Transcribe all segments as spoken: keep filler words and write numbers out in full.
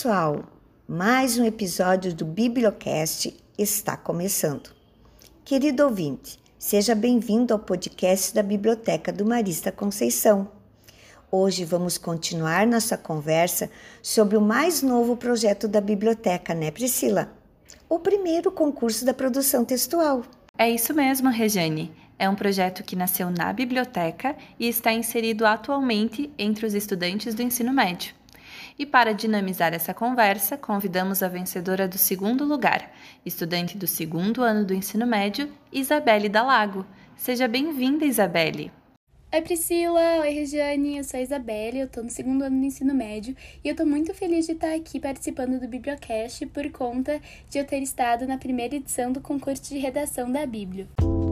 pessoal! Mais um episódio do Bibliocast está começando. Querido ouvinte, seja bem-vindo ao podcast da Biblioteca do Marista Conceição. Hoje vamos continuar nossa conversa sobre o mais novo projeto da biblioteca, né, Priscila? O primeiro concurso da produção textual. É isso mesmo, Rejane. É um projeto que nasceu na biblioteca e está inserido atualmente entre os estudantes do ensino médio. E para dinamizar essa conversa, convidamos a vencedora do segundo lugar, estudante do segundo ano do ensino médio, Isabelle Dalago. Seja bem-vinda, Isabelle! Oi, Priscila! Oi, Regiane! Eu sou a Isabelle, eu tô no segundo ano do ensino médio e eu tô muito feliz de estar aqui participando do Bibliocast por conta de eu ter estado na primeira edição do concurso de redação da Bíblia.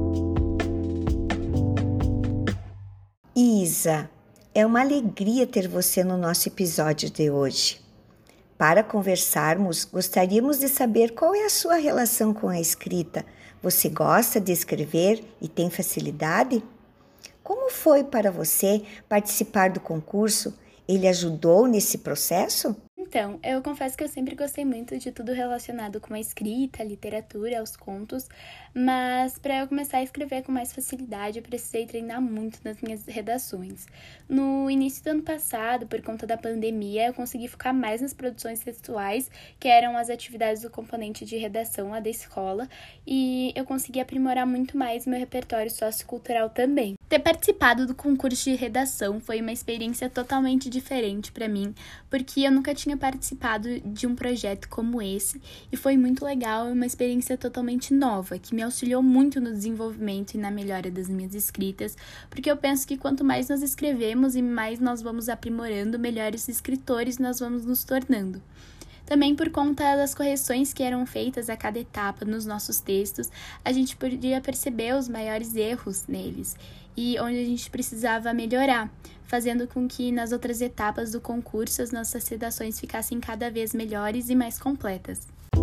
Isa, é uma alegria ter você no nosso episódio de hoje. Para conversarmos, gostaríamos de saber qual é a sua relação com a escrita. Você gosta de escrever e tem facilidade? Como foi para você participar do concurso? Ele ajudou nesse processo? Então, eu confesso que eu sempre gostei muito de tudo relacionado com a escrita, a literatura, os contos, mas para eu começar a escrever com mais facilidade, eu precisei treinar muito nas minhas redações. No início do ano passado, por conta da pandemia, eu consegui focar mais nas produções textuais, que eram as atividades do componente de redação lá da escola, e eu consegui aprimorar muito mais meu repertório sociocultural também. Ter participado do concurso de redação foi uma experiência totalmente diferente para mim, porque eu nunca tinha participado de um projeto como esse e foi muito legal, uma experiência totalmente nova, que me auxiliou muito no desenvolvimento e na melhora das minhas escritas, porque eu penso que quanto mais nós escrevemos e mais nós vamos aprimorando, melhores escritores nós vamos nos tornando. Também por conta das correções que eram feitas a cada etapa nos nossos textos, a gente podia perceber os maiores erros neles e onde a gente precisava melhorar, fazendo com que nas outras etapas do concurso as nossas redações ficassem cada vez melhores e mais completas.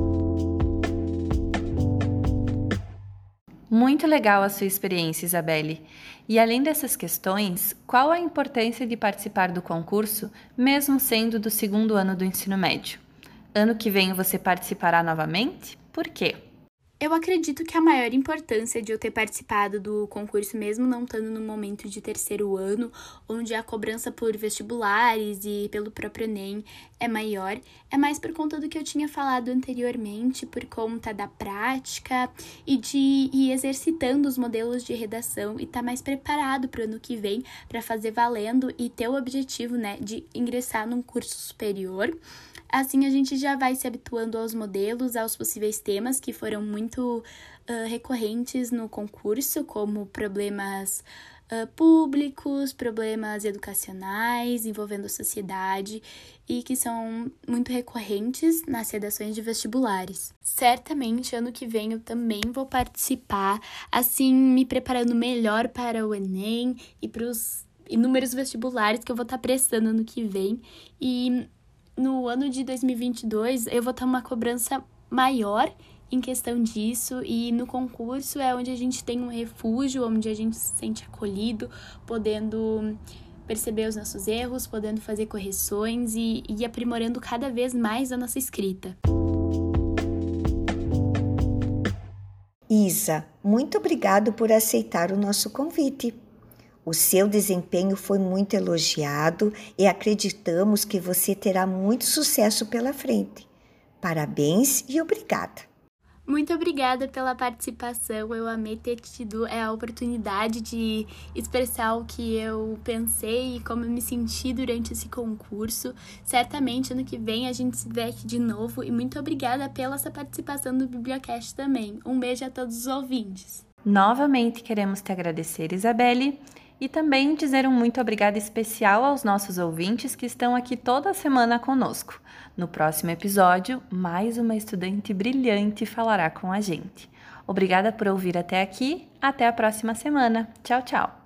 Muito legal a sua experiência, Isabelle. E além dessas questões, qual a importância de participar do concurso, mesmo sendo do segundo ano do ensino médio? Ano que vem você participará novamente? Por quê? Eu acredito que a maior importância de eu ter participado do concurso, mesmo não estando no momento de terceiro ano, onde a cobrança por vestibulares e pelo próprio Enem é maior, é mais por conta do que eu tinha falado anteriormente, por conta da prática e de ir exercitando os modelos de redação e estar tá mais preparado para o ano que vem para fazer valendo e ter o objetivo, né, de ingressar num curso superior. Assim, a gente já vai se habituando aos modelos, aos possíveis temas que foram muito uh, recorrentes no concurso, como problemas uh, públicos, problemas educacionais envolvendo a sociedade e que são muito recorrentes nas redações de vestibulares. Certamente, ano que vem eu também vou participar, assim, me preparando melhor para o Enem e para os inúmeros vestibulares que eu vou estar prestando ano que vem. E no ano de dois mil e vinte e dois, eu vou ter uma cobrança maior em questão disso, e no concurso é onde a gente tem um refúgio, onde a gente se sente acolhido, podendo perceber os nossos erros, podendo fazer correções e, e aprimorando cada vez mais a nossa escrita. Isa, muito obrigado por aceitar o nosso convite. O seu desempenho foi muito elogiado e acreditamos que você terá muito sucesso pela frente. Parabéns e obrigada. Muito obrigada pela participação, eu amei ter tido a oportunidade de expressar o que eu pensei e como eu me senti durante esse concurso. Certamente, ano que vem, a gente se vê aqui de novo e muito obrigada pela essa participação do Bibliocast também. Um beijo a todos os ouvintes. Novamente queremos te agradecer, Isabelle, e também dizer um muito obrigado especial aos nossos ouvintes que estão aqui toda semana conosco. No próximo episódio, mais uma estudante brilhante falará com a gente. Obrigada por ouvir até aqui. Até a próxima semana. Tchau, tchau!